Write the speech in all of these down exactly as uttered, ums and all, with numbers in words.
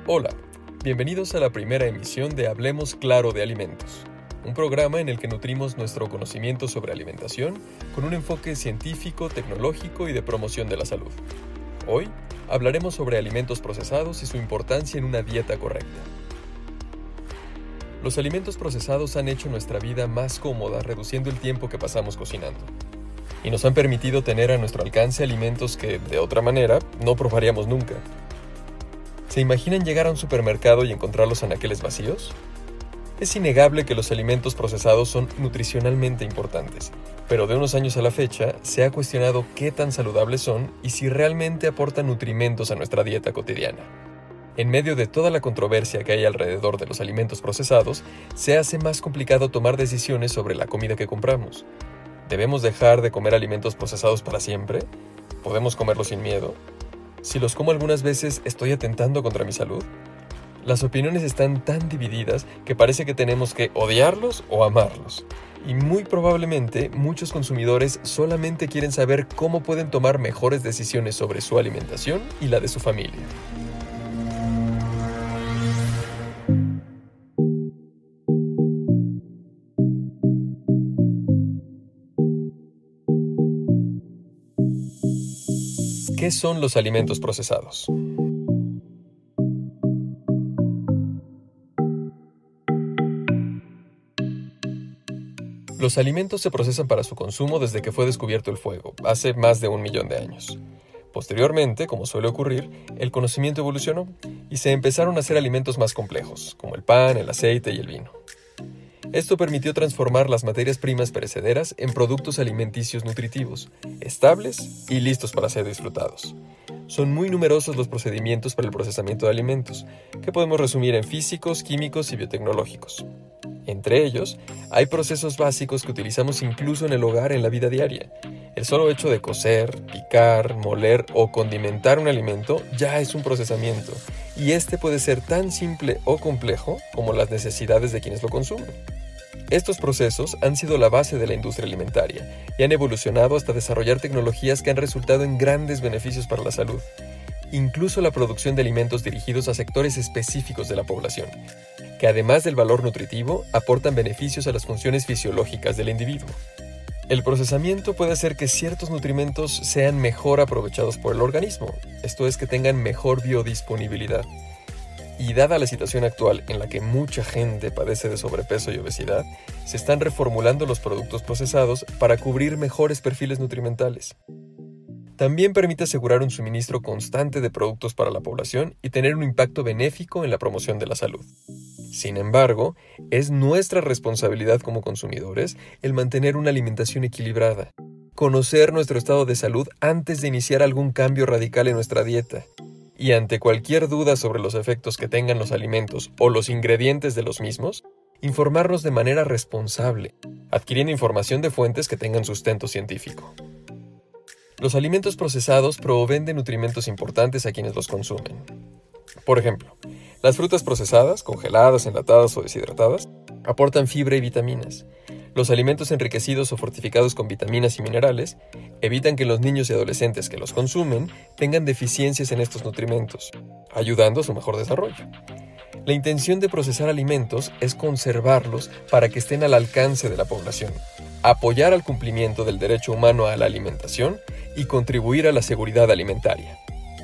Hola, bienvenidos a la primera emisión de Hablemos Claro de Alimentos, un programa en el que nutrimos nuestro conocimiento sobre alimentación con un enfoque científico, tecnológico y de promoción de la salud. Hoy hablaremos sobre alimentos procesados y su importancia en una dieta correcta. Los alimentos procesados han hecho nuestra vida más cómoda, reduciendo el tiempo que pasamos cocinando. Y nos han permitido tener a nuestro alcance alimentos que, de otra manera, no probaríamos nunca. ¿Se imaginan llegar a un supermercado y encontrar los anaqueles vacíos? Es innegable que los alimentos procesados son nutricionalmente importantes, pero de unos años a la fecha se ha cuestionado qué tan saludables son y si realmente aportan nutrimentos a nuestra dieta cotidiana. En medio de toda la controversia que hay alrededor de los alimentos procesados, se hace más complicado tomar decisiones sobre la comida que compramos. ¿Debemos dejar de comer alimentos procesados para siempre? ¿Podemos comerlos sin miedo? Si los como algunas veces, ¿estoy atentando contra mi salud? Las opiniones están tan divididas que parece que tenemos que odiarlos o amarlos. Y muy probablemente muchos consumidores solamente quieren saber cómo pueden tomar mejores decisiones sobre su alimentación y la de su familia. ¿Qué son los alimentos procesados? Los alimentos se procesan para su consumo desde que fue descubierto el fuego, hace más de un millón de años. Posteriormente, como suele ocurrir, el conocimiento evolucionó y se empezaron a hacer alimentos más complejos, como el pan, el aceite y el vino. Esto permitió transformar las materias primas perecederas en productos alimenticios nutritivos, estables y listos para ser disfrutados. Son muy numerosos los procedimientos para el procesamiento de alimentos, que podemos resumir en físicos, químicos y biotecnológicos. Entre ellos, hay procesos básicos que utilizamos incluso en el hogar en la vida diaria. El solo hecho de cocer, picar, moler o condimentar un alimento ya es un procesamiento, y este puede ser tan simple o complejo como las necesidades de quienes lo consumen. Estos procesos han sido la base de la industria alimentaria y han evolucionado hasta desarrollar tecnologías que han resultado en grandes beneficios para la salud, incluso la producción de alimentos dirigidos a sectores específicos de la población, que además del valor nutritivo, aportan beneficios a las funciones fisiológicas del individuo. El procesamiento puede hacer que ciertos nutrimentos sean mejor aprovechados por el organismo, esto es que tengan mejor biodisponibilidad. Y dada la situación actual en la que mucha gente padece de sobrepeso y obesidad, se están reformulando los productos procesados para cubrir mejores perfiles nutrimentales. También permite asegurar un suministro constante de productos para la población y tener un impacto benéfico en la promoción de la salud. Sin embargo, es nuestra responsabilidad como consumidores el mantener una alimentación equilibrada, conocer nuestro estado de salud antes de iniciar algún cambio radical en nuestra dieta, y ante cualquier duda sobre los efectos que tengan los alimentos o los ingredientes de los mismos, informarnos de manera responsable, adquiriendo información de fuentes que tengan sustento científico. Los alimentos procesados proveen de nutrimentos importantes a quienes los consumen. Por ejemplo, las frutas procesadas, congeladas, enlatadas o deshidratadas, aportan fibra y vitaminas. Los alimentos enriquecidos o fortificados con vitaminas y minerales evitan que los niños y adolescentes que los consumen tengan deficiencias en estos nutrimentos, ayudando a su mejor desarrollo. La intención de procesar alimentos es conservarlos para que estén al alcance de la población, apoyar al cumplimiento del derecho humano a la alimentación y contribuir a la seguridad alimentaria.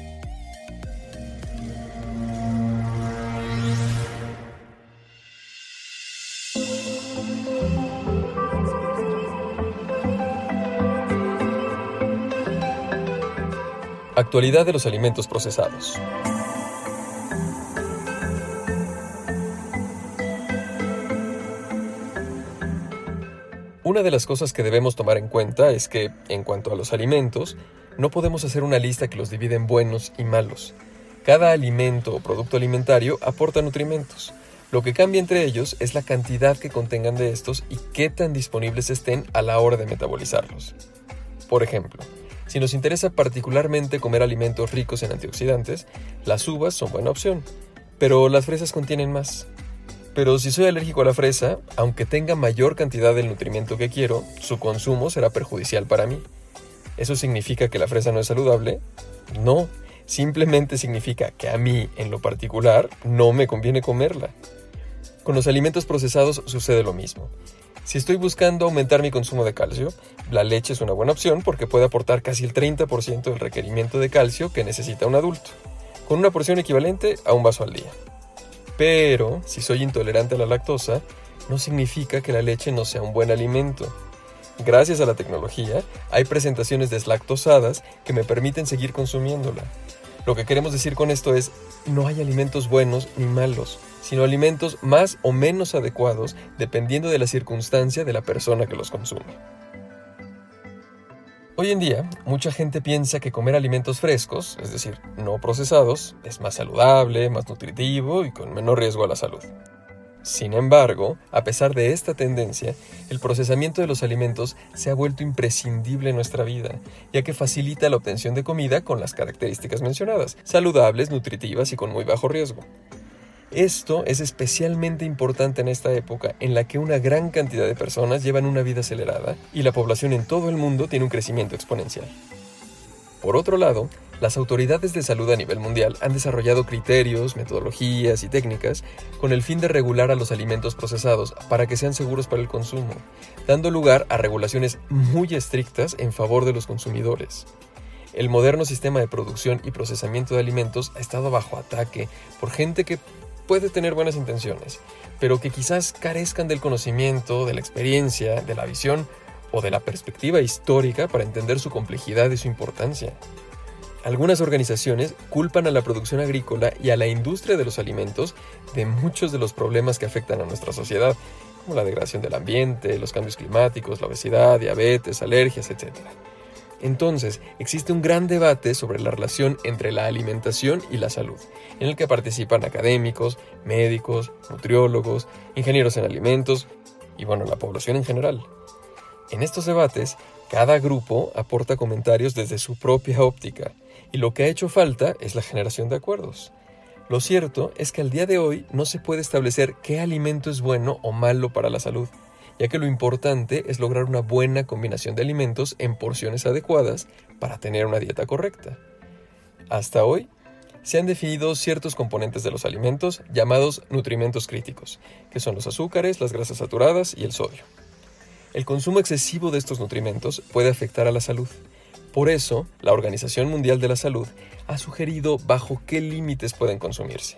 Actualidad de los alimentos procesados. Una de las cosas que debemos tomar en cuenta es que, en cuanto a los alimentos, no podemos hacer una lista que los divide en buenos y malos. Cada alimento o producto alimentario aporta nutrimentos. Lo que cambia entre ellos es la cantidad que contengan de estos y qué tan disponibles estén a la hora de metabolizarlos. Por ejemplo, si nos interesa particularmente comer alimentos ricos en antioxidantes, las uvas son buena opción, pero las fresas contienen más. Pero si soy alérgico a la fresa, aunque tenga mayor cantidad del nutrimiento que quiero, su consumo será perjudicial para mí. ¿Eso significa que la fresa no es saludable? No, Simplemente significa que a mí, en lo particular, no me conviene comerla. Con los alimentos procesados sucede lo mismo. Si estoy buscando aumentar mi consumo de calcio, la leche es una buena opción porque puede aportar casi el treinta por ciento del requerimiento de calcio que necesita un adulto, con una porción equivalente a un vaso al día. Pero, si soy intolerante a la lactosa, no significa que la leche no sea un buen alimento. Gracias a la tecnología, hay presentaciones deslactosadas que me permiten seguir consumiéndola. Lo que queremos decir con esto es, no hay alimentos buenos ni malos, sino alimentos más o menos adecuados dependiendo de la circunstancia de la persona que los consume. Hoy en día, mucha gente piensa que comer alimentos frescos, es decir, no procesados, es más saludable, más nutritivo y con menor riesgo a la salud. Sin embargo, a pesar de esta tendencia, el procesamiento de los alimentos se ha vuelto imprescindible en nuestra vida, ya que facilita la obtención de comida con las características mencionadas, saludables, nutritivas y con muy bajo riesgo. Esto es especialmente importante en esta época en la que una gran cantidad de personas llevan una vida acelerada y la población en todo el mundo tiene un crecimiento exponencial. Por otro lado, las autoridades de salud a nivel mundial han desarrollado criterios, metodologías y técnicas con el fin de regular a los alimentos procesados para que sean seguros para el consumo, dando lugar a regulaciones muy estrictas en favor de los consumidores. El moderno sistema de producción y procesamiento de alimentos ha estado bajo ataque por gente que puede tener buenas intenciones, pero que quizás carezcan del conocimiento, de la experiencia, de la visión o de la perspectiva histórica para entender su complejidad y su importancia. Algunas organizaciones culpan a la producción agrícola y a la industria de los alimentos de muchos de los problemas que afectan a nuestra sociedad, como la degradación del ambiente, los cambios climáticos, la obesidad, diabetes, alergias, etcétera. Entonces, existe un gran debate sobre la relación entre la alimentación y la salud, en el que participan académicos, médicos, nutriólogos, ingenieros en alimentos y, bueno, la población en general. En estos debates, cada grupo aporta comentarios desde su propia óptica, y lo que ha hecho falta es la generación de acuerdos. Lo cierto es que al día de hoy no se puede establecer qué alimento es bueno o malo para la salud, ya que lo importante es lograr una buena combinación de alimentos en porciones adecuadas para tener una dieta correcta. Hasta hoy, se han definido ciertos componentes de los alimentos llamados nutrimentos críticos, que son los azúcares, las grasas saturadas y el sodio. El consumo excesivo de estos nutrimentos puede afectar a la salud. Por eso, la Organización Mundial de la Salud ha sugerido bajo qué límites pueden consumirse.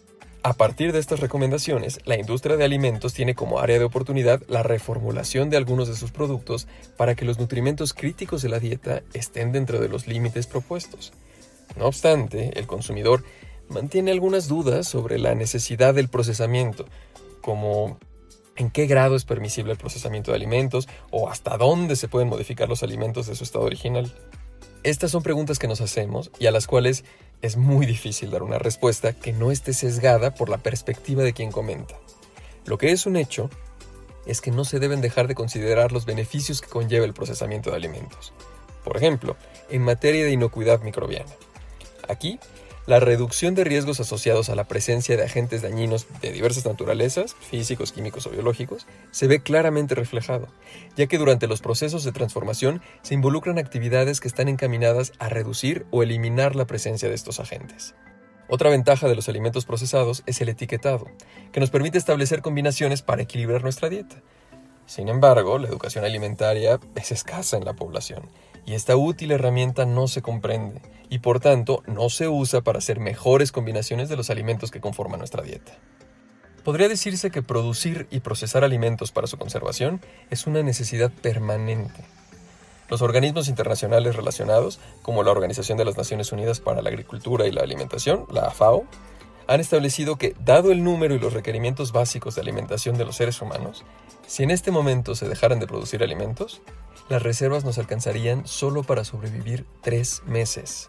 A partir de estas recomendaciones, la industria de alimentos tiene como área de oportunidad la reformulación de algunos de sus productos para que los nutrimentos críticos de la dieta estén dentro de los límites propuestos. No obstante, el consumidor mantiene algunas dudas sobre la necesidad del procesamiento, como en qué grado es permisible el procesamiento de alimentos o hasta dónde se pueden modificar los alimentos de su estado original. Estas son preguntas que nos hacemos y a las cuales es muy difícil dar una respuesta que no esté sesgada por la perspectiva de quien comenta. Lo que es un hecho es que no se deben dejar de considerar los beneficios que conlleva el procesamiento de alimentos. Por ejemplo, en materia de inocuidad microbiana. Aquí, la reducción de riesgos asociados a la presencia de agentes dañinos de diversas naturalezas, físicos, químicos o biológicos, se ve claramente reflejado, ya que durante los procesos de transformación se involucran actividades que están encaminadas a reducir o eliminar la presencia de estos agentes. Otra ventaja de los alimentos procesados es el etiquetado, que nos permite establecer combinaciones para equilibrar nuestra dieta. Sin embargo, la educación alimentaria es escasa en la población, y esta útil herramienta no se comprende, y por tanto no se usa para hacer mejores combinaciones de los alimentos que conforman nuestra dieta. Podría decirse que producir y procesar alimentos para su conservación es una necesidad permanente. Los organismos internacionales relacionados, como la Organización de las Naciones Unidas para la Agricultura y la Alimentación, la FAO, han establecido que, dado el número y los requerimientos básicos de alimentación de los seres humanos, si en este momento se dejaran de producir alimentos, las reservas nos alcanzarían solo para sobrevivir tres meses.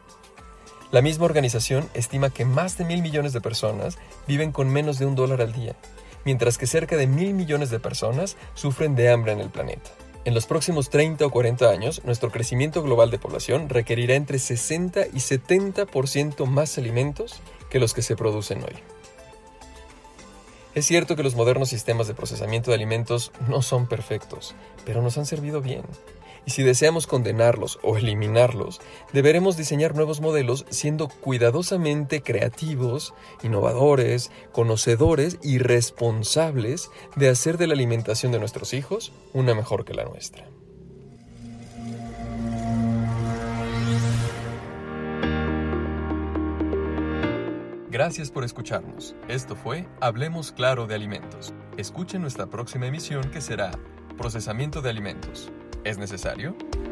La misma organización estima que más de mil millones de personas viven con menos de un dólar al día, mientras que cerca de mil millones de personas sufren de hambre en el planeta. En los próximos treinta o cuarenta años, nuestro crecimiento global de población requerirá entre sesenta y setenta por ciento más alimentos que los que se producen hoy. Es cierto que los modernos sistemas de procesamiento de alimentos no son perfectos, pero nos han servido bien. Y si deseamos condenarlos o eliminarlos, deberemos diseñar nuevos modelos siendo cuidadosamente creativos, innovadores, conocedores y responsables de hacer de la alimentación de nuestros hijos una mejor que la nuestra. Gracias por escucharnos. Esto fue Hablemos Claro de Alimentos. Escuchen nuestra próxima emisión que será Procesamiento de Alimentos. ¿Es necesario?